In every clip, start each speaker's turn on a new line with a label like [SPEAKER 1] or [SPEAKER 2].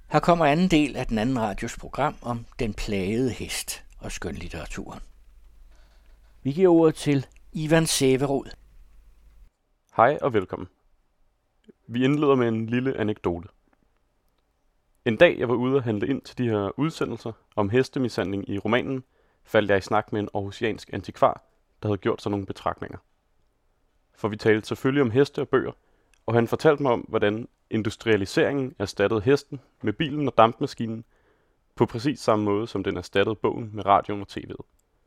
[SPEAKER 1] Her kommer anden del af den anden radios program om den plagede hest og skønlitteraturen. Vi giver ordet til Ivan Sæverud.
[SPEAKER 2] Hej og velkommen. Vi indleder med en lille anekdote. En dag jeg var ude at handle ind til de her udsendelser om hestemishandling i romanen, faldt jeg i snak med en aarhusiansk antikvar, der havde gjort sig nogle betragtninger. For vi talte selvfølgelig om heste og bøger, og han fortalte mig om, hvordan industrialiseringen erstattede hesten med bilen og dampmaskinen på præcis samme måde, som den erstattede bogen med radioen og tv'et.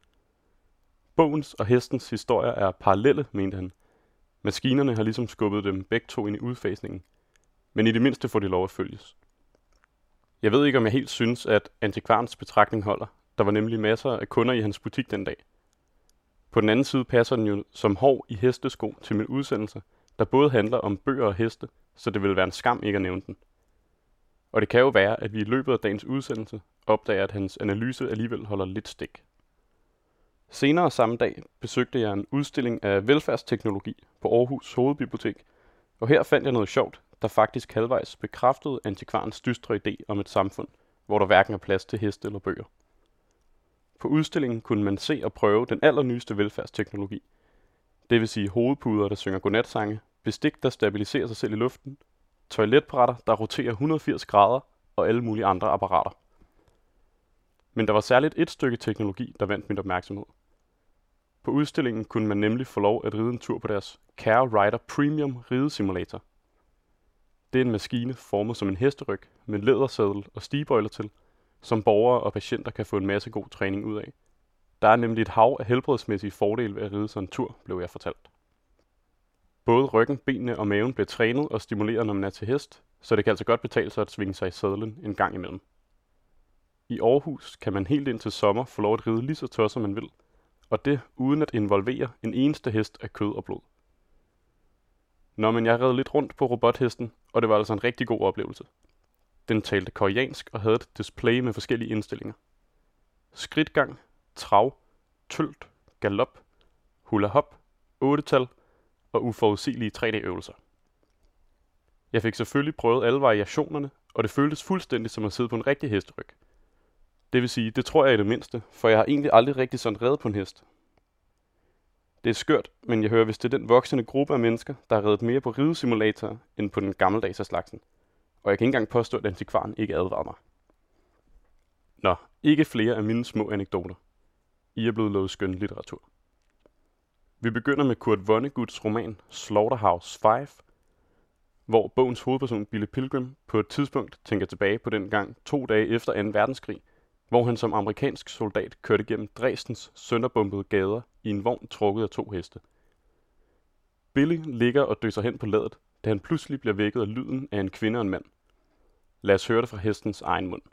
[SPEAKER 2] Bogens og hestens historier er parallelle, mente han. Maskinerne har ligesom skubbet dem begge to ind i udfasningen, men i det mindste får de lov at følges. Jeg ved ikke, om jeg helt synes, at antikvarens betragtning holder. Der var nemlig masser af kunder i hans butik den dag. På den anden side passer den jo som hår i hestesko til min udsendelse, der både handler om bøger og heste, så det vil være en skam ikke at nævne den. Og det kan jo være, at vi i løbet af dagens udsendelse opdager, at hans analyse alligevel holder lidt stik. Senere samme dag besøgte jeg en udstilling af velfærdsteknologi på Aarhus Hovedbibliotek, og her fandt jeg noget sjovt, der faktisk halvvejs bekræftede antikvarens dystre idé om et samfund, hvor der hverken er plads til heste eller bøger. På udstillingen kunne man se og prøve den allernyeste velfærdsteknologi. Det vil sige hovedpuder, der synger godnatsange, bestik, der stabiliserer sig selv i luften, toiletbrætter, der roterer 180 grader og alle mulige andre apparater. Men der var særligt et stykke teknologi, der vandt min opmærksomhed. På udstillingen kunne man nemlig få lov at ride en tur på deres Care Rider Premium ridesimulator. Det er en maskine formet som en hesteryg med lædersadel og stigbøjler til, som borgere og patienter kan få en masse god træning ud af. Der er nemlig et hav af helbredsmæssige fordele ved at ride sådan en tur, blev jeg fortalt. Både ryggen, benene og maven bliver trænet og stimuleret, når man er til hest, så det kan altså godt betale sig at svinge sig i sadlen en gang imellem. I Aarhus kan man helt indtil sommer få lov at ride lige så tosset man vil, og det uden at involvere en eneste hest af kød og blod. Men jeg red lidt rundt på robothesten, og det var altså en rigtig god oplevelse. Den talte koreansk og havde et display med forskellige indstillinger. Skridtgang, trav, tølt, galop, hula hop, 8-tal og uforudsigelige 3D-øvelser. Jeg fik selvfølgelig prøvet alle variationerne, og det føltes fuldstændig som at sidde på en rigtig hesteryg. Det vil sige, det tror jeg i det mindste, for jeg har egentlig aldrig rigtig sådan reddet på en hest. Det er skørt, men jeg hører, hvis det er den voksende gruppe af mennesker, der har reddet mere på ridesimulatorer end på den gammeldags af slagsen. Og jeg kan ikke engang påstå, at antikvaren ikke advarer mig. Ikke flere af mine små anekdoter. I er blevet lovet skøn litteratur. Vi begynder med Kurt Vonnegut's roman Slaughterhouse 5, hvor bogens hovedperson Billy Pilgrim på et tidspunkt tænker tilbage på den gang 2 dage efter 2. verdenskrig, hvor han som amerikansk soldat kørte gennem Dresdens sønderbombede gader i en vogn trukket af 2 heste. Billy ligger og døser hen på ladet, da han pludselig bliver vækket af lyden af en kvinde og en mand. Lad os høre det fra hestens egen mund.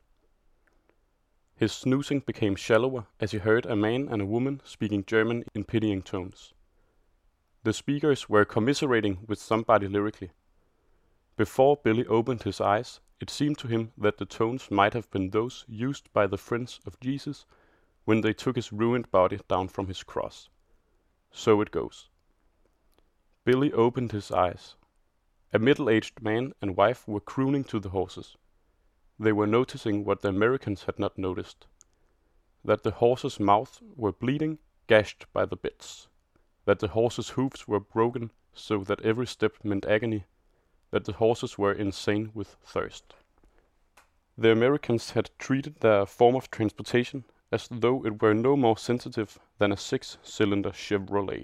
[SPEAKER 2] His snoozing became shallower as he heard a man and a woman speaking German in pitying tones. The speakers were commiserating with somebody lyrically. Before Billy opened his eyes, it seemed to him that the tones might have been those used by the friends of Jesus when they took his ruined body down from his cross. So it goes. Billy opened his eyes. A middle-aged man and wife were crooning to the horses. They were noticing what the Americans had not noticed. That the horses' mouths were bleeding, gashed by the bits. That the horses' hooves were broken so that every step meant agony. That the horses were insane with thirst. The Americans had treated their form of transportation as though it were no more sensitive than a 6-cylinder Chevrolet.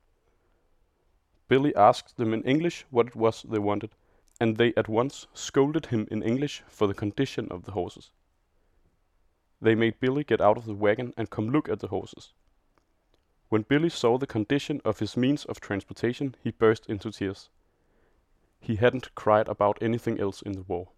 [SPEAKER 2] Billy asked them in English what it was they wanted, and they at once scolded him in English for the condition of the horses. They made Billy get out of the wagon and come look at the horses. When Billy saw the condition of his means of transportation, he burst into tears. He hadn't cried about anything else in the war.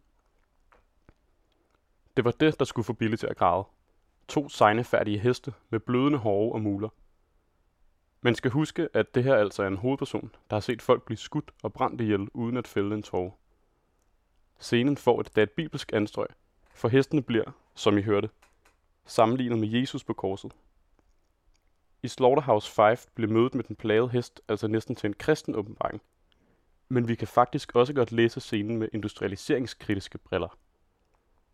[SPEAKER 2] Det var det, der skulle få Billy til at græde. 2 sejnefærdige heste med blødende hove og muler. Man skal huske, at det her altså er en hovedperson, der har set folk blive skudt og brændt ihjel uden at fælde en tåre. Scenen får et bibelsk anstrøg, for hestene bliver, som I hørte, sammenlignet med Jesus på korset. I Slaughterhouse 5 blev mødet med den plagede hest altså næsten til en kristen åbenbaring. Men vi kan faktisk også godt læse scenen med industrialiseringskritiske briller.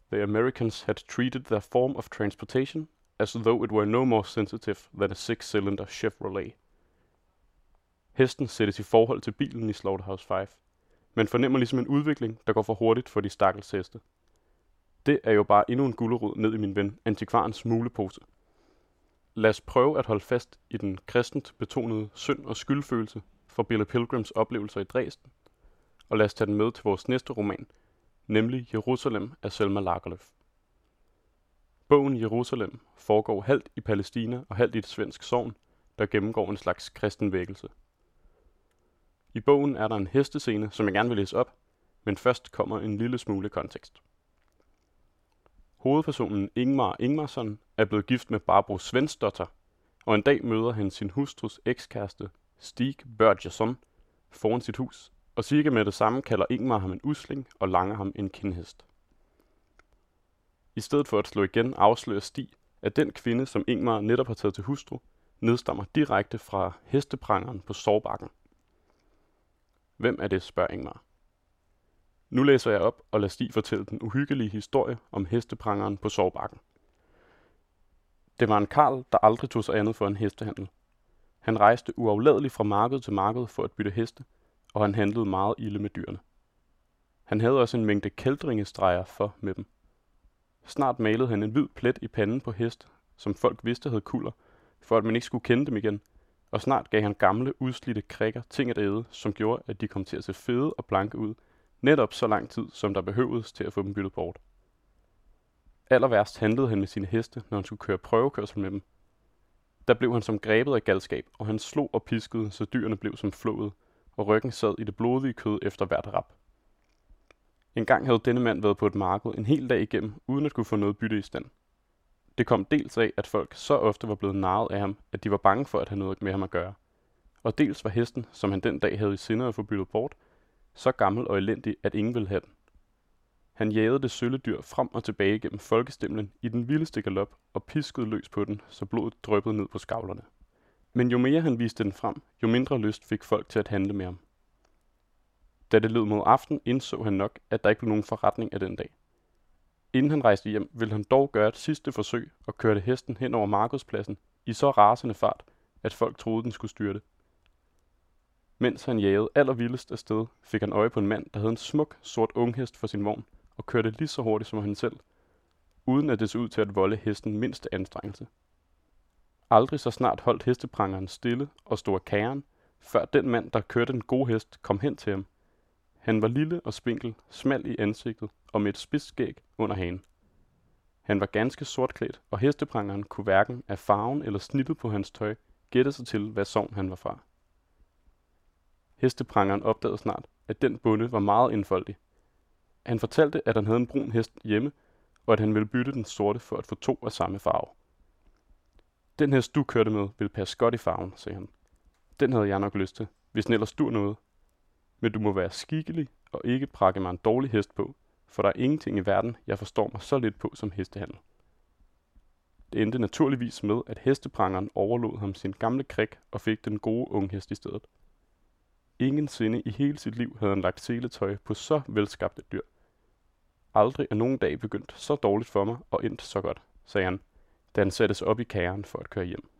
[SPEAKER 2] the Americans had treated their form of transportation as though it were no more sensitive than a 6-cylinder Chevrolet. Hesten sættes i forhold til bilen i Slaughterhouse 5, men fornemmer ligesom en udvikling, der går for hurtigt for de stakkels heste. Det er jo bare endnu en gulerod ned i min ven, antikvarens smuglepose. Lad os prøve at holde fast i den kristent betonede synd og skyldfølelse fra Billy Pilgrims oplevelser i Dresden, og lad os tage den med til vores næste roman, nemlig Jerusalem af Selma Lagerlöf. Bogen Jerusalem foregår halvt i Palæstina og halvt i et svensk sogn, der gennemgår en slags kristen vækkelse. I bogen er der en hestescene, som jeg gerne vil læse op, men først kommer en lille smule kontekst. Hovedpersonen Ingmar Ingmarsson er blevet gift med Barbro Svensdotter, og en dag møder han sin hustrus ekskæreste Stig Börjesson foran sit hus, og cirka med det samme kalder Ingmar ham en usling og langer ham en kindhest. I stedet for at slå igen afslører Stig, at den kvinde, som Ingmar netop har taget til hustru, nedstammer direkte fra hesteprangeren på Sårbakken. Hvem er det, spørger Ingmar. Nu læser jeg op og lader Stig fortælle den uhyggelige historie om hesteprangeren på Sårbakken. Det var en karl, der aldrig tog sig andet for en hestehandel. Han rejste uafladeligt fra marked til marked for at bytte heste, og han handlede meget ilde med dyrene. Han havde også en mængde kældringestreger for med dem. Snart malede han en hvid plet i panden på hest, som folk vidste havde kulder, for at man ikke skulle kende dem igen, og snart gav han gamle, udslidte krikker ting at æde, som gjorde, at de kom til at se fede og blanke ud, netop så lang tid, som der behøvedes til at få dem byttet bort. Aller værst handlede han med sine heste, når han skulle køre prøvekørsel med dem. Der blev han som grebet af galskab, og han slog og piskede, så dyrene blev som flået, og ryggen sad i det blodige kød efter hvert rap. En gang havde denne mand været på et marked en hel dag igennem, uden at kunne få noget bytte i stand. Det kom dels af, at folk så ofte var blevet narret af ham, at de var bange for at have noget med ham at gøre. Og dels var hesten, som han den dag havde i sinde at få byttet bort, så gammel og elendig, at ingen ville have den. Han jagede det sølle dyr frem og tilbage gennem folkestemlen i den vildeste galop og piskede løs på den, så blodet dryppede ned på skavlerne. Men jo mere han viste den frem, jo mindre lyst fik folk til at handle med ham. Da det lød mod aften, indså han nok, at der ikke blev nogen forretning af den dag. Inden han rejste hjem, ville han dog gøre et sidste forsøg og kørte hesten hen over markedspladsen i så rasende fart, at folk troede, den skulle styrte. Mens han jagede allervildest afsted, fik han øje på en mand, der havde en smuk, sort unghest for sin vogn og kørte lige så hurtigt som han selv, uden at det så ud til at volde hesten mindste anstrengelse. Aldrig så snart holdt hesteprangeren stille og stod af kæren, før den mand, der kørte den gode hest, kom hen til ham. Han var lille og spinkel, smal i ansigtet og med et spids skæg under hagen. Han var ganske sortklædt, og hesteprangeren kunne hverken af farven eller snittet på hans tøj gætte sig til, hvad sogn han var fra. Hesteprangeren opdagede snart, at den bonde var meget enfoldig. Han fortalte, at han havde en brun hest hjemme, og at han ville bytte den sorte for at få 2 af samme farve. Den hest, du kørte med, ville passe godt i farven, sagde han. Den havde jeg nok lyst til, hvis den ellers dur noget. Men du må være skikkelig og ikke prakke mig en dårlig hest på, for der er ingenting i verden, jeg forstår mig så lidt på som hestehandel. Det endte naturligvis med, at hesteprangeren overlod ham sin gamle krik og fik den gode unghest i stedet. Ingen sinde i hele sit liv havde han lagt seletøj på så velskabte dyr. Aldrig er nogen dag begyndt så dårligt for mig og endt så godt, sagde han, da han satte sig op i kæren for at køre hjem.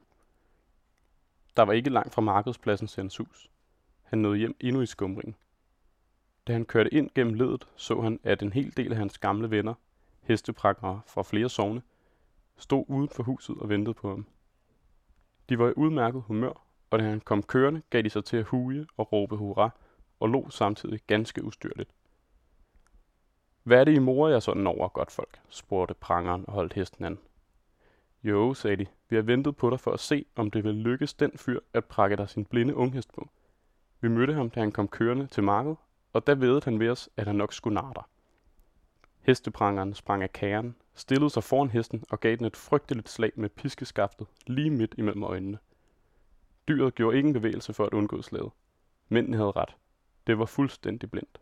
[SPEAKER 2] Der var ikke langt fra markedspladsen til hans hus. Han nåede hjem endnu i skumringen. Da han kørte ind gennem ledet, så han, at en hel del af hans gamle venner, hesteprangere fra flere sogne, stod uden for huset og ventede på ham. De var i udmærket humør, og da han kom kørende, gav de sig til at huge og råbe hurra, og lå samtidig ganske ustyrligt. Hvad er det, I morer jer sådan over, godt folk? Spurgte prangeren og holdt hesten an. Jo, sagde de, vi har ventet på dig for at se, om det vil lykkes den fyr at prakke dig sin blinde unghest på. Vi mødte ham, da han kom kørende til markedet, og der vedede han ved os, at han nok skulle narre dig. Hesteprangeren sprang af kæren, stillede sig foran hesten og gav den et frygteligt slag med piskeskaftet lige midt imellem øjnene. Dyret gjorde ingen bevægelse for at undgå slaget. Mændene havde ret. Det var fuldstændig blindt.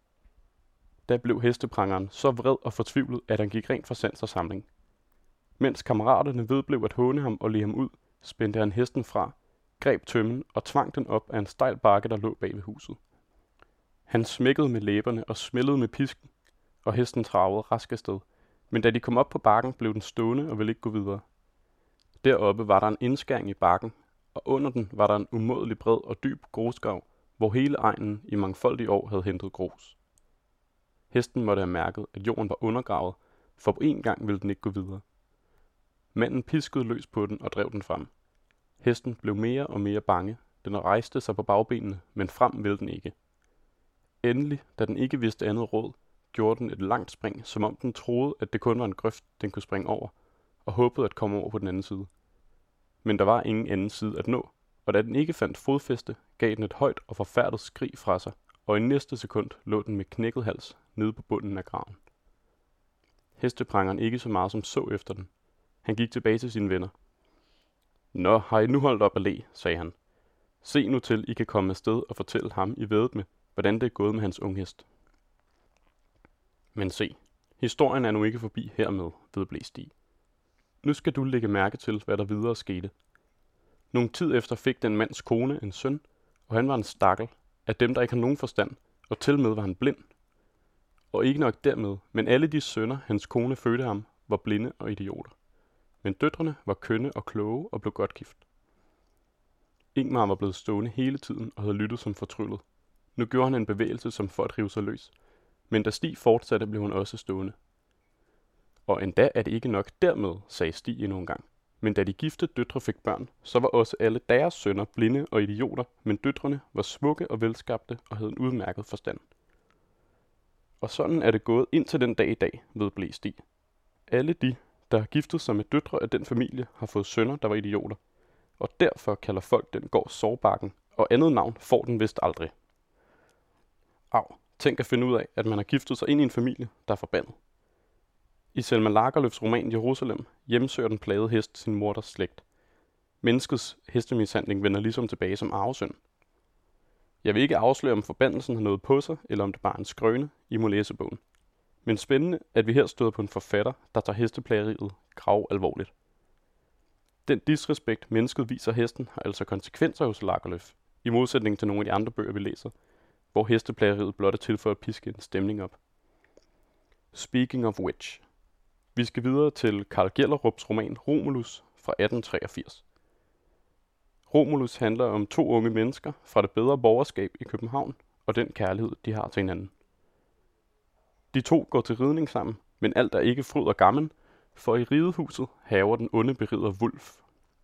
[SPEAKER 2] Da blev hesteprangeren så vred og fortvivlet, at han gik rent for sans og samling. Mens kammeraterne vedblev at håne ham og lede ham ud, spændte han hesten fra, greb tømmen og tvang den op af en stejl bakke, der lå bag ved huset. Han smækkede med læberne og smældede med pisken, og hesten travede rask afsted, Men da de kom op på bakken, blev den stående og ville ikke gå videre. Deroppe var der en indskæring i bakken, og under den var der en umådelig bred og dyb grusgrav, hvor hele egnen i mangfoldige år havde hentet grus. Hesten måtte have mærket, at jorden var undergravet, for på en gang ville den ikke gå videre. Manden piskede løs på den og drev den frem. Hesten blev mere og mere bange. Den rejste sig på bagbenene, men frem ville den ikke. Endelig, da den ikke vidste andet råd, gjorde den et langt spring, som om den troede, at det kun var en grøft, den kunne springe over, og håbede at komme over på den anden side. Men der var ingen anden side at nå, og da den ikke fandt fodfæste, gav den et højt og forfærdet skrig fra sig, og i næste sekund lå den med knækket hals nede på bunden af graven. Hesteprangeren ikke så meget som så efter den. Han gik tilbage til sine venner. Nå, har I nu holdt op at le, sagde han. Se nu til, I kan komme afsted og fortælle ham, I ved med, hvordan det er gået med hans unghest. Men se, historien er nu ikke forbi hermed, vedblev Stig. Nu skal du lægge mærke til, hvad der videre skete. Nogle tid efter fik den mands kone en søn, og han var en stakkel, af dem, der ikke har nogen forstand, og til med var han blind. Og ikke nok dermed, men alle de sønner, hans kone fødte ham, var blinde og idioter. Men døtrene var kønne og kloge og blev godt gift. Ingmar var blevet stående hele tiden og havde lyttet som fortryllet. Nu gjorde han en bevægelse som for at rive sig løs, men da Stig fortsatte, blev han også stående. Og endda er det ikke nok dermed, sagde Stig endnu en gang. Men da de gifte døtre fik børn, så var også alle deres sønner blinde og idioter, men døtrene var smukke og velskabte og havde en udmærket forstand. Og sådan er det gået indtil den dag i dag, vedblev Stig. Alle de, der har giftet sig med døtre af den familie, har fået sønner, der var idioter. Og derfor kalder folk den gård Sårbakken, og andet navn får den vist aldrig. Au, tænk at finde ud af, at man har giftet sig ind i en familie, der er forbandet. I Selma Lagerlöfs roman Jerusalem hjemsøger den plagede hest sin morders slægt. Menneskets hestemishandling vender ligesom tilbage som arvesynd. Jeg vil ikke afsløre, om forbandelsen har noget på sig, eller om det bare er en skrøne. I må læse bogen. Men spændende, at vi her støder på en forfatter, der tager hesteplageriet grav alvorligt. Den disrespekt, mennesket viser hesten, har altså konsekvenser hos Lagerlöf, i modsætning til nogle af de andre bøger, vi læser, hvor hesteplageriet blot er til for at piske en stemning op. Speaking of which. Vi skal videre til Karl Gellerups roman Romulus fra 1883. Romulus handler om to unge mennesker fra det bedre borgerskab i København og den kærlighed, de har til hinanden. De to går til ridning sammen, men alt er ikke fryd og gammen, for i ridehuset hærger den onde berider Wulf.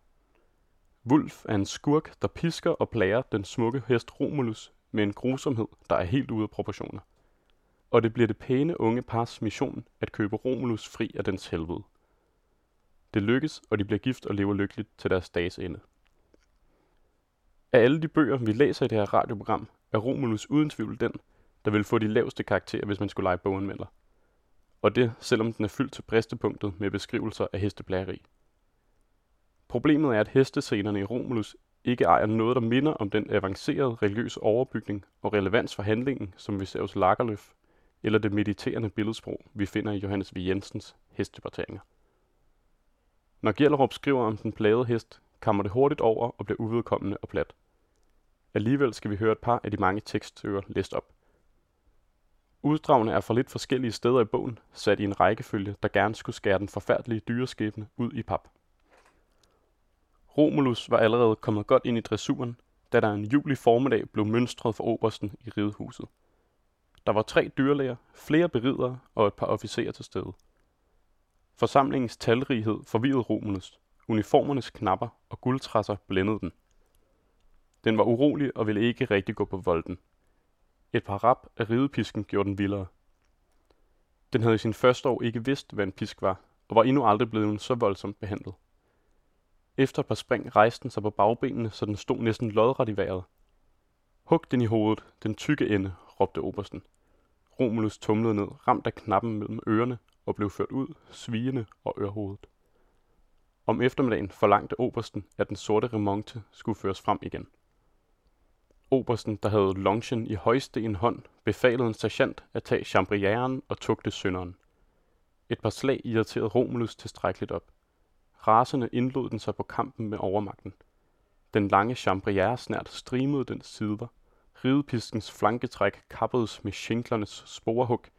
[SPEAKER 2] Wulf er en skurk, der pisker og plager den smukke hest Romulus med en grusomhed, der er helt ude af proportioner. Og det bliver det pæne unge pars mission at købe Romulus fri af dens helvede. Det lykkes, og de bliver gift og lever lykkeligt til deres dages ende. Af alle de bøger, vi læser i det her radioprogram, er Romulus uden tvivl den, der vil få de laveste karakterer, hvis man skulle lege boganmelder. Og det, selvom den er fyldt til bristepunktet med beskrivelser af hesteplageri. Problemet er, at hestescenerne i Romulus ikke ejer noget, der minder om den avancerede religiøse overbygning og relevans for handlingen, som vi ser hos Lagerlöf, eller det mediterende billedsprog, vi finder i Johannes V. Jensens hesteparteringer. Når Gellerup skriver om den plagede hest, kommer det hurtigt over og bliver uvedkommende og plat. Alligevel skal vi høre et par af de mange tekststykker læst op. Uddragene er fra lidt forskellige steder i bogen, sat i en rækkefølge, der gerne skulle skære den forfærdelige dyreskæbne ud i pap. Romulus var allerede kommet godt ind i dressuren, da der en juli formiddag blev mønstret for obersten i ridehuset. Der var 3 dyrlæger, flere beridere og et par officerer til stede. Forsamlingens talrighed forvirrede Romulus. Uniformernes knapper og guldtrasser blændede den. Den var urolig og ville ikke rigtig gå på volden. Et par rap af ridepisken gjorde den vildere. Den havde i sin første år ikke vidst, hvad en pisk var, og var endnu aldrig blevet så voldsomt behandlet. Efter et par spring rejste den sig på bagbenene, så den stod næsten lodret i vejret. Hug den i hovedet, den tykke ende, råbte obersten. Romulus tumlede ned, ramt af knappen mellem ørerne og blev ført ud, svigende og ørhovedet. Om eftermiddagen forlangte obersten, at den sorte remonte skulle føres frem igen. Obersten, der havde lonchen i højeste en hånd, befalede en sergeant at tage chambrieren og tugte synderen. Et par slag irriterede Romulus tilstrækkeligt op. Rasende indlod den sig på kampen med overmagten. Den lange chambriere-snert strimede dens sider. Ridepiskens flanketræk kappedes med shinklernes sporehug.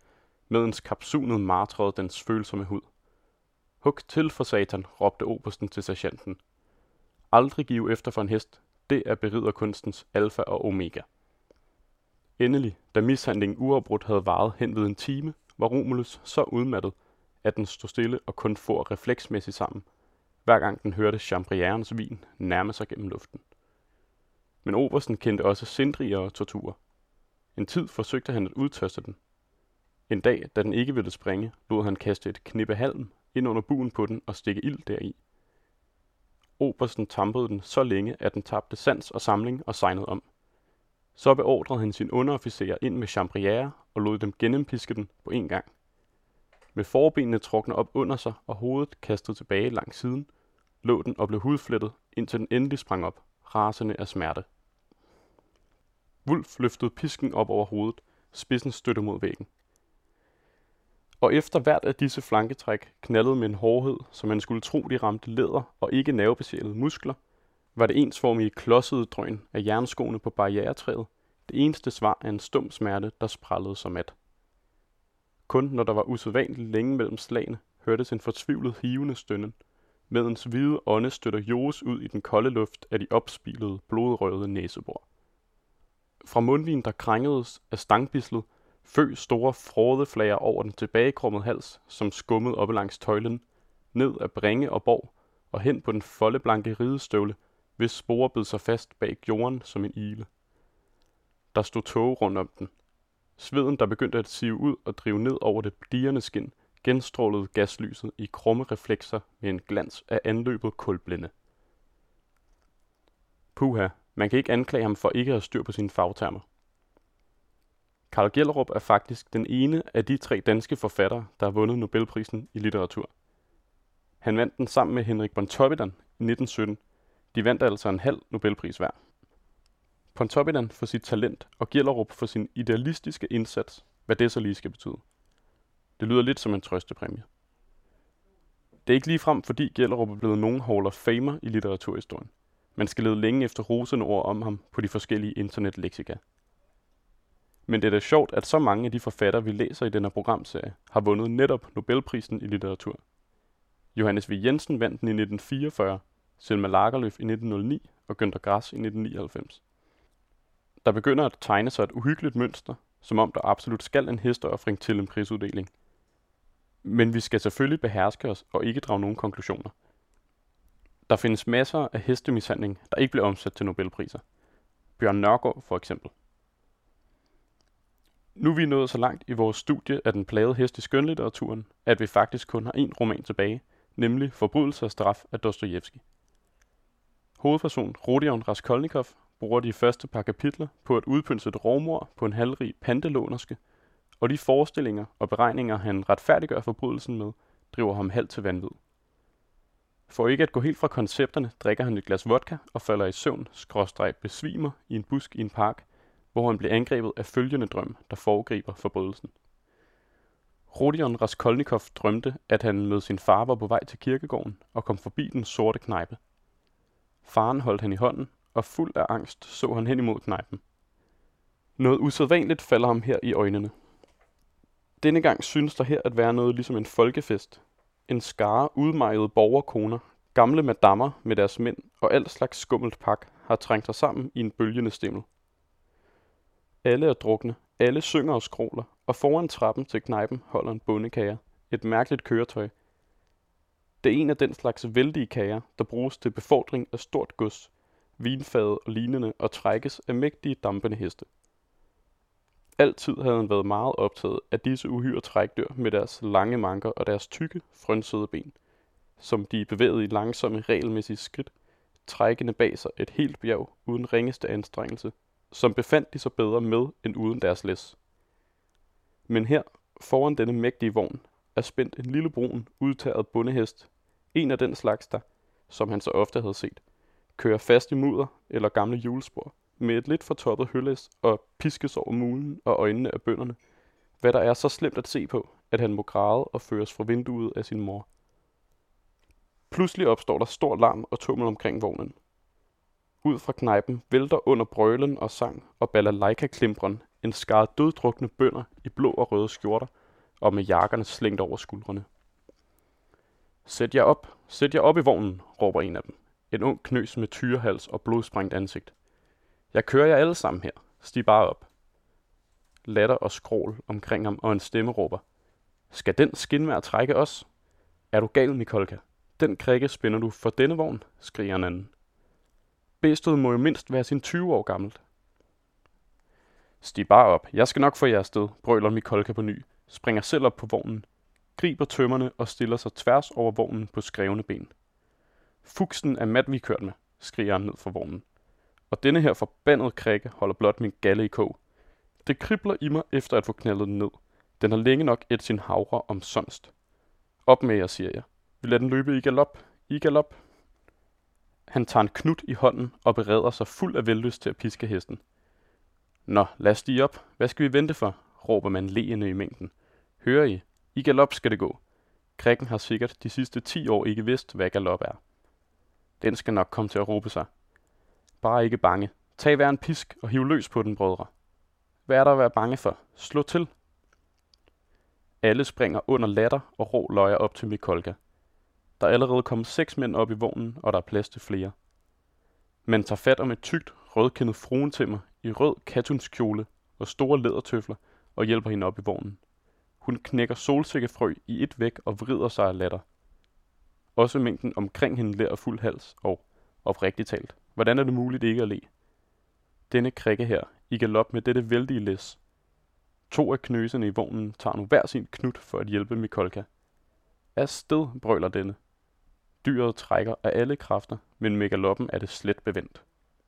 [SPEAKER 2] medens kapsunet martrede dens følsomme hud. Hug til for satan, råbte obersten til sergeanten. Aldrig give efter for en hest, det er beriderkunstens alfa og omega. Endelig, da mishandlingen uafbrudt havde varet hen ved en time, var Romulus så udmattet, at den stod stille og kun for refleksmæssigt sammen, hver gang den hørte Champbrierens vin nærme sig gennem luften. Men obersten kendte også sindrigere torturer. En tid forsøgte han at udtørste den. En dag, da den ikke ville springe, lod han kaste et knippe halm ind under buen på den og stikke ild deri. Obersten tampede den så længe, at den tabte sans og samling og sejnede om. Så beordrede han sin underofficerer ind med Chambriere og lod dem gennempiske den på en gang. Med forbenene trukne op under sig og hovedet kastet tilbage langs siden, lå den og blev hudflettet, indtil den endelig sprang op, rasende af smerte. Wulf løftede pisken op over hovedet, spidsen støtte mod væggen. Og efter hvert af disse flanketræk knaldede med en hårdhed, som man skulle tro de ramte læder og ikke nervebesjælede muskler, var det ensformige klodsede drøn af jernskoene på barrieretræet det eneste svar af en stum smerte, der sprællede som mat. Kun når der var usædvanligt længe mellem slagene, hørtes en fortvivlet hivende stønnen, medens hvide åndestøtter joges ud i den kolde luft af de opspilede, blodrøde næsebor. Fra mundvin, der krængedes af stangbislet, føg store frådeflager over den tilbagekrummede hals, som skummede op langs tøjlen, ned ad bringe og borg, og hen på den foldeblanke ridestøvle, hvis spore bed sig fast bag jorden som en ile. Der stod tåge rundt om den. Sveden, der begyndte at sive ud og drive ned over det dirrende skind, genstrålede gaslyset i krumme reflekser med en glans af anløbet kulblinde. Puha, man kan ikke anklage ham for ikke at have styr på sine fagtermer. Carl Gellerup er faktisk den ene af de 3 danske forfattere, der har vundet Nobelprisen i litteratur. Han vandt den sammen med Henrik Pontoppidan i 1917. De vandt altså en halv Nobelpris hver. Pontoppidan for sit talent og Gellerup for sin idealistiske indsats, hvad det så lige skal betyde. Det lyder lidt som en trøstepræmie. Det er ikke ligefrem, fordi Gellerup er blevet nogen Hall of Famer i litteraturhistorien. Man skal lede længe efter rosende ord om ham på de forskellige internetleksika. Men det er da sjovt, at så mange af de forfattere, vi læser i denne programserie, har vundet netop Nobelprisen i litteratur. Johannes V. Jensen vandt den i 1944, Selma Lagerlöf i 1909 og Günter Grass i 1999. Der begynder at tegne sig et uhyggeligt mønster, som om der absolut skal en hesteofring til en prisuddeling. Men vi skal selvfølgelig beherske os og ikke drage nogen konklusioner. Der findes masser af hestemishandling, der ikke bliver omsat til Nobelpriser. Bjørn Nørgaard for eksempel. Nu er vi nået så langt i vores studie af den plagede hest i skønlitteraturen, at vi faktisk kun har én roman tilbage, nemlig Forbrydelse og straf af Dostojevskij. Hovedperson Rodion Raskolnikov bruger de første par kapitler på at udpynse et rovmord på en halvrig pantelånerske, og de forestillinger og beregninger, han retfærdiggør forbrydelsen med, driver ham halvt til vanvid. For ikke at gå helt fra koncepterne, drikker han et glas vodka og falder i søvn, besvimer i en busk i en park, hvor han bliver angrebet af følgende drøm, der foregriber forbrydelsen. Rodion Raskolnikov drømte, at han med sin far var på vej til kirkegården og kom forbi den sorte knejpe. Faren holdt han i hånden, og fuld af angst så han hen imod knejpen. Noget usædvanligt falder ham her i øjnene. Denne gang synes der her at være noget ligesom en folkefest. En skare udmejede borgerkoner, gamle madammer med deres mænd og al slags skummelt pak har trængt sig sammen i en bølgende stimmel. Alle er drukne, alle synger og skråler, og foran trappen til knejpen holder en bondekager, et mærkeligt køretøj. Det er en af den slags vældige kager, der bruges til befordring af stort gods, vinfade og lignende og trækkes af mægtige dampende heste. Altid havde han været meget optaget af disse uhyre trækdyr med deres lange manker og deres tykke, frønsede ben, som de bevægede i langsomme, regelmæssige skridt, trækkende bag sig et helt bjerg uden ringeste anstrengelse, som befandt de sig bedre med end uden deres læs. Men her, foran denne mægtige vogn, er spændt en lille brun, udtørret bondehest, en af den slags der, som han så ofte havde set, kører fast i mudder eller gamle hjulspor, med et lidt fortoppet høllæs og piskes over mulen og øjnene af bønderne, hvad der er så slemt at se på, at han må græde og føres fra vinduet af sin mor. Pludselig opstår der stor larm og tummel omkring vognen. Ud fra knejpen vælter under brølen og sang og balalaika-klimpren en skare døddrukne bønder i blå og røde skjorter, og med jakkerne slængt over skuldrene. Sæt jer op i vognen, råber en af dem. En ung knøs med tyrehals og blodsprængt ansigt. Jeg kører jer alle sammen her. Stig bare op. Latter og skrål omkring ham, og en stemme råber. Skal den skinvær trække os? Er du gal, Mikolka? Den krikke spænder du for denne vogn, skriger en anden. Bæstet må jo mindst være sin 20 år gammelt. Stig bare op. Jeg skal nok få jer afsted, brøler Mikolka på ny, springer selv op på vognen, griber tømmerne og stiller sig tværs over vognen på skrevne ben. Fuksen er mat, vi kørt med, skriger han ned fra vognen. Og denne her forbandede krikke holder blot min galle i kog. Det kribler i mig efter at få knaldet den ned. Den har længe nok et sin havre omsonst. Op med jer, siger jeg. Vi lader den løbe i galop. I galop. Han tager en knut i hånden og bereder sig fuld af vellyst til at piske hesten. Nå, lad os stige op. Hvad skal vi vente for? Råber man leende i mængden. Hører I? I galop skal det gå. Krikken har sikkert de sidste 10 år ikke vidst, hvad galop er. Den skal nok komme til at råbe sig. Bare ikke bange. Tag hver en pisk og hiv løs på den, brødre. Hvad er der at være bange for? Slå til. Alle springer under latter og rå løjer op til Mikolka. Der er allerede kommet 6 mænd op i vognen, og der er plads til flere. Man tager fat om et tykt, rødkindet fruentimmer i rød kattunskjole og store lædertøfler og hjælper hende op i vognen. Hun knækker solsikkefrø i et væk og vrider sig af latter. Også mængden omkring hende ler fuld hals og, oprigtigt talt, hvordan er det muligt ikke at le? Denne krikke her, i galop med dette vældige læs. 2 af knøserne i vognen tager nu hver sin knut for at hjælpe Mikolka. Afsted, brøler denne. Dyret trækker af alle kræfter, men med galoppen er det slet bevendt.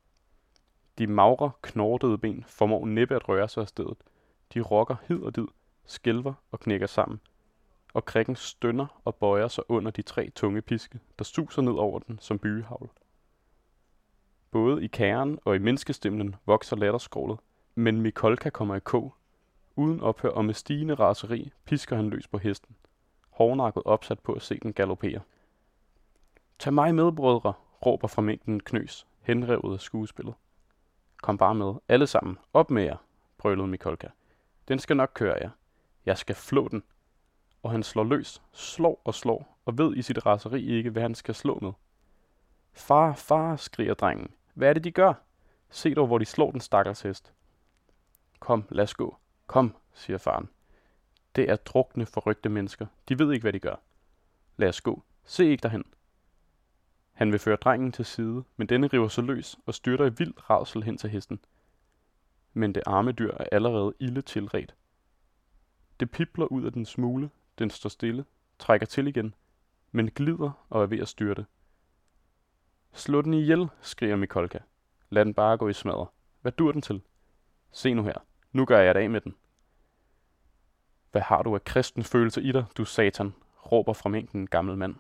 [SPEAKER 2] De magre, knortede ben formår næppe at røre sig af stedet. De rokker hid og did, skælver og knækker sammen, og krikken stønner og bøjer sig under de 3 tunge piske, der suser ned over den som bygehavl. Både i kæren og i menneskestemlen vokser latterskrålet, men Mikolka kommer i kog. Uden ophør og med stigende raseri pisker han løs på hesten, hårdnakket opsat på at se den galopere. Tag mig med, brødre, råber fra mængden knøs, henrevet af skuespillet. Kom bare med, alle sammen, op med jer, brølede Mikolka. Den skal nok køre jer. Jeg skal flå den. Og han slår løs, slår og ved i sit raseri ikke, hvad han skal slå med. Far, skriger drengen. Hvad er det, de gør? Se dog, hvor de slår den stakkels hest. Kom, lad os gå. Kom, siger faren. Det er drukne, forrygte mennesker. De ved ikke, hvad de gør. Lad os gå. Se ikke derhen. Han vil føre drengen til side, men denne river sig løs og styrter i vild rædsel hen til hesten. Men det arme dyr er allerede ilde tilredt. Det pipler ud af den smule, den står stille, trækker til igen, men glider og er ved at styrte. Slå den ihjel, skriger Mikolka. Lad den bare gå i smadre. Hvad dur den til? Se nu her. Nu gør jeg det af med den. Hvad har du af kristen følelse i dig, du satan, råber fra mængden en gammel mand.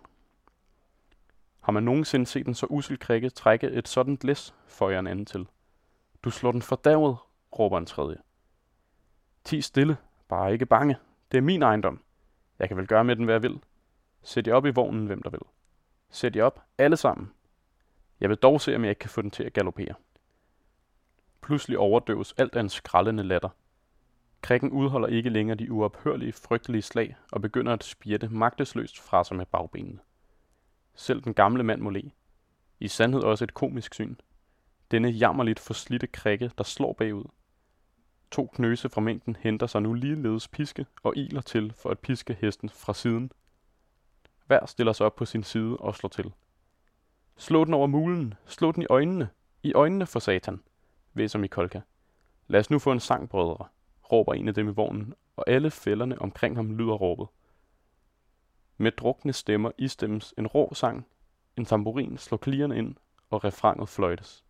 [SPEAKER 2] Har man nogensinde set en så ussel krikke trække et sådan læs, føjer en anden til. Du slår den fordærvet, råber en tredje. Ti stille, bare ikke bange. Det er min ejendom. Jeg kan vel gøre med den, hvad jeg vil. Sæt jer op i vognen, hvem der vil. Sæt jer op, alle sammen. Jeg vil dog se, om jeg ikke kan få den til at galopere. Pludselig overdøves alt af en skraldende latter. Krikken udholder ikke længere de uophørlige, frygtelige slag og begynder at spjætte magtesløst fra sig med bagbenene. Selv den gamle mand må le. I sandhed også et komisk syn. Denne jammerligt forslidte krikke, der slår bagud. 2 knøse fra mængden henter sig nu ligeledes piske og iler til for at piske hesten fra siden. Hver stiller sig op på sin side og slår til. Slå den over mulen, slå den i øjnene for satan, væser Mikolka. Lad os nu få en sang, brødre, råber en af dem i vognen, og alle fælderne omkring ham lyder råbet. Med drukne stemmer istemmes en rå sang, en tamburin slår klirrende ind, og refranget fløjtes.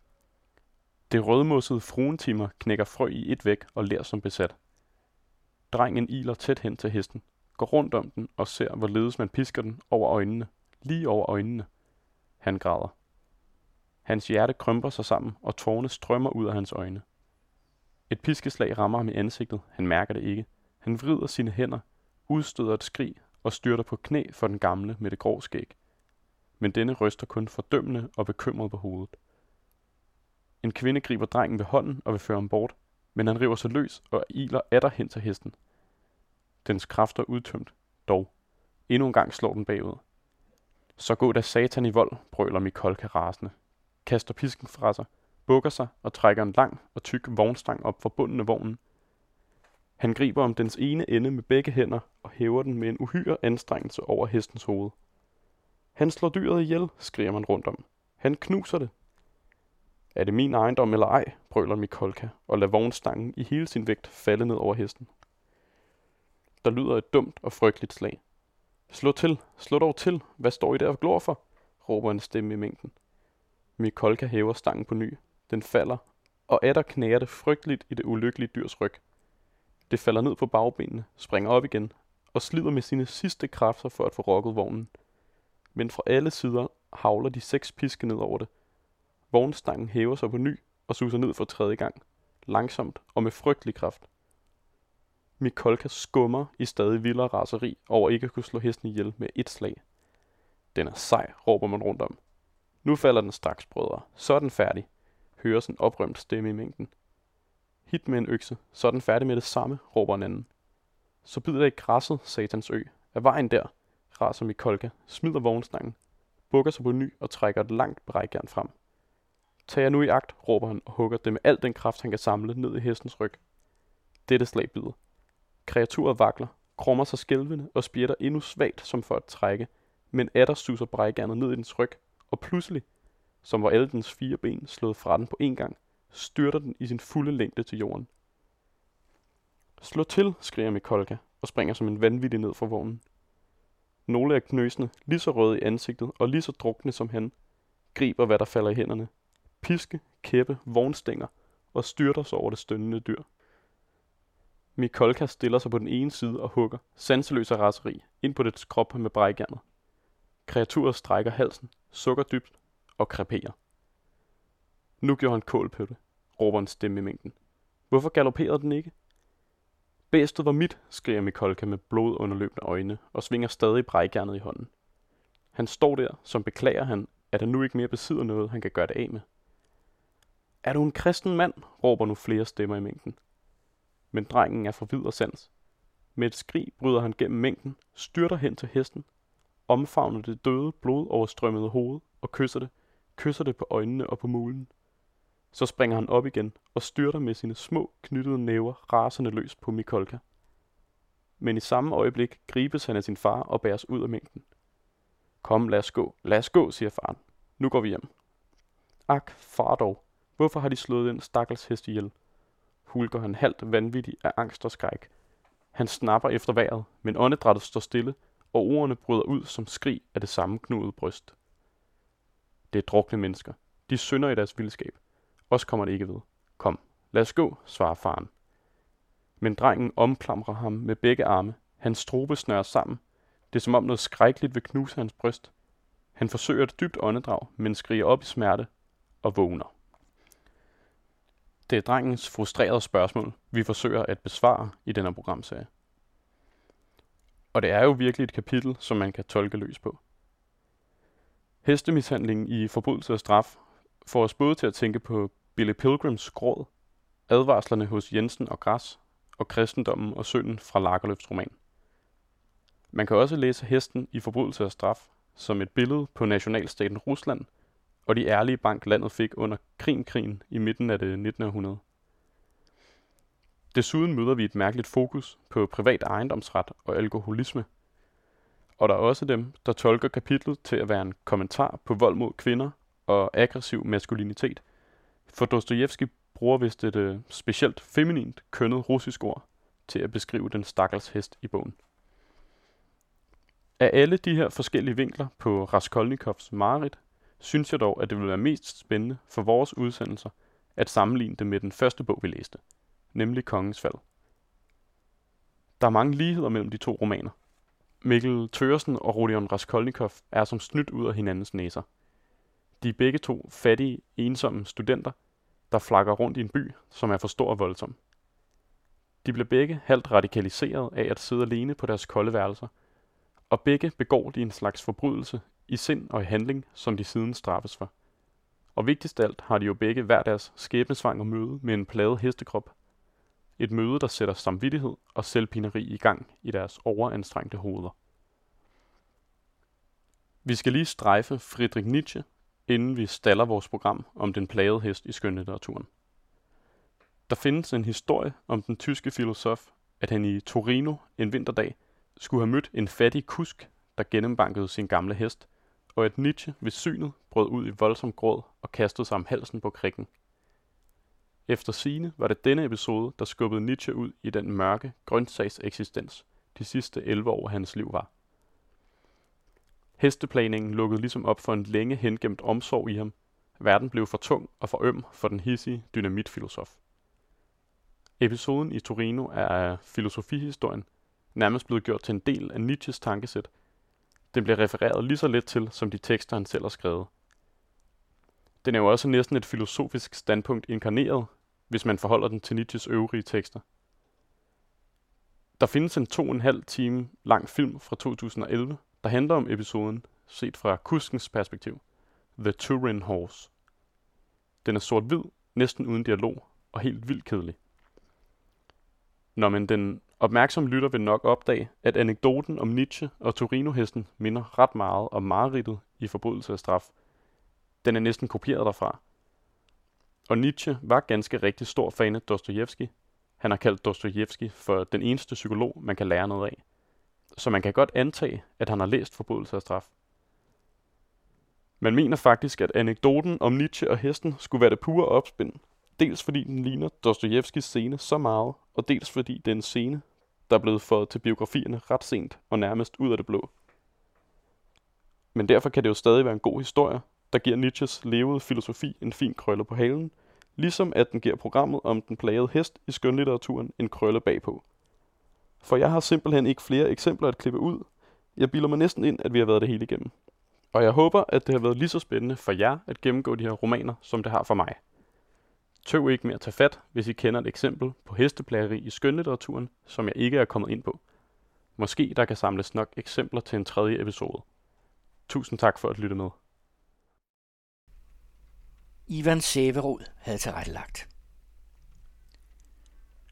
[SPEAKER 2] Det rødmossede fruentimmer knækker frø i et væk og ler som besat. Drengen iler tæt hen til hesten, går rundt om den og ser, hvorledes man pisker den over øjnene, lige over øjnene. Han græder. Hans hjerte krymper sig sammen, og tårerne strømmer ud af hans øjne. Et piskeslag rammer ham i ansigtet, han mærker det ikke. Han vrider sine hænder, udstøder et skrig og styrter på knæ for den gamle med det grå skæg. Men denne ryster kun fordømmende og bekymret på hovedet. En kvinde griber drengen ved hånden og vil føre ham bort, men han river sig løs og iler atter hen til hesten. Dens kræfter udtømt, dog. Endnu en gang slår den bagud. Så gå da satan i vold, brøler Mikolka rasende. Kaster pisken fra sig, bukker sig og trækker en lang og tyk vognstang op fra bunden af vognen. Han griber om dens ene ende med begge hænder og hæver den med en uhyre anstrengelse over hestens hoved. Han slår dyret ihjel, skriger man rundt om. Han knuser det. Er det min ejendom eller ej, brøler Mikolka og lader vognstangen i hele sin vægt falde ned over hesten. Der lyder et dumt og frygteligt slag. Slå til, slå dog til, hvad står I der og glor for, råber en stemme i mængden. Mikolka hæver stangen på ny. Den falder, og atter knager det frygteligt i det ulykkelige dyrs ryg. Det falder ned på bagbenene, springer op igen og slider med sine sidste kræfter for at få rokket vognen. Men fra alle sider havler de 6 piske ned over det. Vognstangen hæver sig på ny og suser ned for 3. gang, langsomt og med frygtelig kraft. Mikolka skummer i stadig vildere raseri over ikke at kunne slå hesten ihjel med et slag. Den er sej, råber man rundt om. Nu falder den straks, brødre. Så er den færdig, høres en oprømt stemme i mængden. Hit med en økse, så er den færdig med det samme, råber en anden. Så bider det i græsset, satans ø. Er vejen der, raser Mikolka, smider vognstangen, bukker sig på ny og trækker et langt brækjern frem. Tag jer nu i agt, råber han og hugger det med al den kraft, han kan samle ned i hestens ryg. Dette slag bider. Kreaturet vakler, krummer sig skælvende og spjætter endnu svagt som for at trække, men atter suser brækjernet ned i dens ryg, og pludselig, som var alle dens 4 ben slået fra den på en gang, styrter den i sin fulde længde til jorden. Slå til, skriger Mikolka og springer som en vanvittig ned fra vognen. Nogle af knøsene, lige så røde i ansigtet og lige så drukne som han, griber hvad der falder i hænderne. Piske, kæppe, vognstænger og styrter sig over det stønnende dyr. Mikolka stiller sig på den ene side og hugger, sanseløs af raseri, ind på dets krop med brækjernet. Kreaturet strækker halsen, sukker dybt og kreperer. Nu gjorde han kål på det, råber en stemme i mængden. Hvorfor galopperede den ikke? Bæstet var mit, skriger Mikolka med blodunderløbende øjne og svinger stadig brækjernet i hånden. Han står der, som beklager han, at han nu ikke mere besidder noget, han kan gøre det af med. Er du en kristen mand? Råber nu flere stemmer i mængden. Men drengen er forvid og sans. Med et skrig bryder han gennem mængden, styrter hen til hesten, omfavner det døde, blodoverstrømmede hoved og kysser det på øjnene og på mulen. Så springer han op igen og styrter med sine små, knyttede næver rasende løs på Mikolka. Men i samme øjeblik gribes han af sin far og bæres ud af mængden. Kom, lad os gå, siger faren. Nu går vi hjem. Ak, far dog. Hvorfor har de slået den stakkels hest ihjel? Hulker han halvt vanvittig af angst og skræk. Han snapper efter vejret, men åndedrættet står stille, og ordene bryder ud som skrig af det samme knudede bryst. Det er drukne mennesker. De synder i deres vildskab. Os kommer det ikke ved. Kom, lad os gå, svarer faren. Men drengen omklamrer ham med begge arme. Hans strobe snører sammen. Det er som om noget skrækkeligt vil knuse hans bryst. Han forsøger et dybt åndedrag, men skriger op i smerte og vågner. Det er drengens frustrerede spørgsmål, vi forsøger at besvare i denne programserie. Og det er jo virkelig et kapitel, som man kan tolke løs på. Hestemishandlingen i Forbrydelse og straf får os både til at tænke på Billy Pilgrims Gråd, advarslerne hos Jensen og Græs og kristendommen og synden fra Lagerlöfs roman. Man kan også læse hesten i Forbrydelse og straf som et billede på nationalstaten Rusland og de ærlige bank landet fik under Krimkrigen i midten af det 19. århundrede. Desuden møder vi et mærkeligt fokus på privat ejendomsret og alkoholisme, og der er også dem, der tolker kapitlet til at være en kommentar på vold mod kvinder og aggressiv maskulinitet, for Dostojevskij bruger vist et specielt feminint kønnet russisk ord til at beskrive den stakkels hest i bogen. Af alle de her forskellige vinkler på Raskolnikovs mareridt, synes jeg dog, at det vil være mest spændende for vores udsendelser at sammenligne det med den første bog, vi læste, nemlig Kongens Fald. Der er mange ligheder mellem de to romaner. Mikkel Thøgersen og Rodion Raskolnikov er som snydt ud af hinandens næser. De er begge to fattige, ensomme studenter, der flakker rundt i en by, som er for stor og voldsom. De bliver begge halvt radikaliseret af at sidde alene på deres kolde værelser, og begge begår de en slags forbrydelse i sind og i handling, som de siden straffes for. Og vigtigst af alt har de jo begge hver deres skæbnesvangre møde med en plaget hestekrop. et møde, der sætter samvittighed og selvpineri i gang i deres overanstrengte hoveder. Vi skal lige strejfe Friedrich Nietzsche, inden vi staller vores program om den plagede hest i skønlitteraturen. Der findes en historie om den tyske filosof, at han i Torino en vinterdag skulle have mødt en fattig kusk, der gennembankede sin gamle hest, og at Nietzsche ved synet brød ud i voldsom gråd og kastede sig om halsen på krikken. Efter sigende var det denne episode, der skubbede Nietzsche ud i den mørke grøntsags eksistens, de sidste 11 år af hans liv var. Hesteplaningen lukkede ligesom op for en længe hengemt omsorg i ham. Verden blev for tung og for øm for den hidsige dynamitfilosof. Episoden i Torino er af filosofihistorien nærmest blevet gjort til en del af Nietzsches tankesæt. Den bliver refereret lige så let til, som de tekster, han selv har skrevet. Den er jo også næsten et filosofisk standpunkt inkarneret, hvis man forholder den til Nietzsches øvrige tekster. Der findes en 2,5 time lang film fra 2011, der handler om episoden, set fra kuskens perspektiv. The Turin Horse. Den er sort-hvid, næsten uden dialog og helt vildt kedelig. Men den opmærksomme lytter vil nok opdage, at anekdoten om Nietzsche og Torino-hesten minder ret meget om mareridtet i Forbrydelse og straf. Den er næsten kopieret derfra. Og Nietzsche var ganske rigtig stor fan af Dostojevskij. Han har kaldt Dostojevskij for den eneste psykolog, man kan lære noget af. Så man kan godt antage, at han har læst Forbrydelse og straf. Man mener faktisk, at anekdoten om Nietzsche og hesten skulle være det pure opspind. Dels fordi den ligner Dostojevskijs scene så meget, og dels fordi det er en scene, der er blevet fået til biografierne ret sent og nærmest ud af det blå. Men derfor kan det jo stadig være en god historie, der giver Nietzsches levede filosofi en fin krølle på halen, ligesom at den giver programmet om den plagede hest i skønlitteraturen en krølle bagpå. For jeg har simpelthen ikke flere eksempler at klippe ud. Jeg bilder mig næsten ind, at vi har været det hele igennem. Og jeg håber, at det har været lige så spændende for jer at gennemgå de her romaner, som det har for mig. Tøv ikke med at tage fat, hvis I kender et eksempel på hesteplageri i skønlitteraturen, som jeg ikke er kommet ind på. Måske der kan samles nok eksempler til en 3. episode. Tusind tak for at lytte med.
[SPEAKER 1] Ivan Sæverud havde tilrettelagt.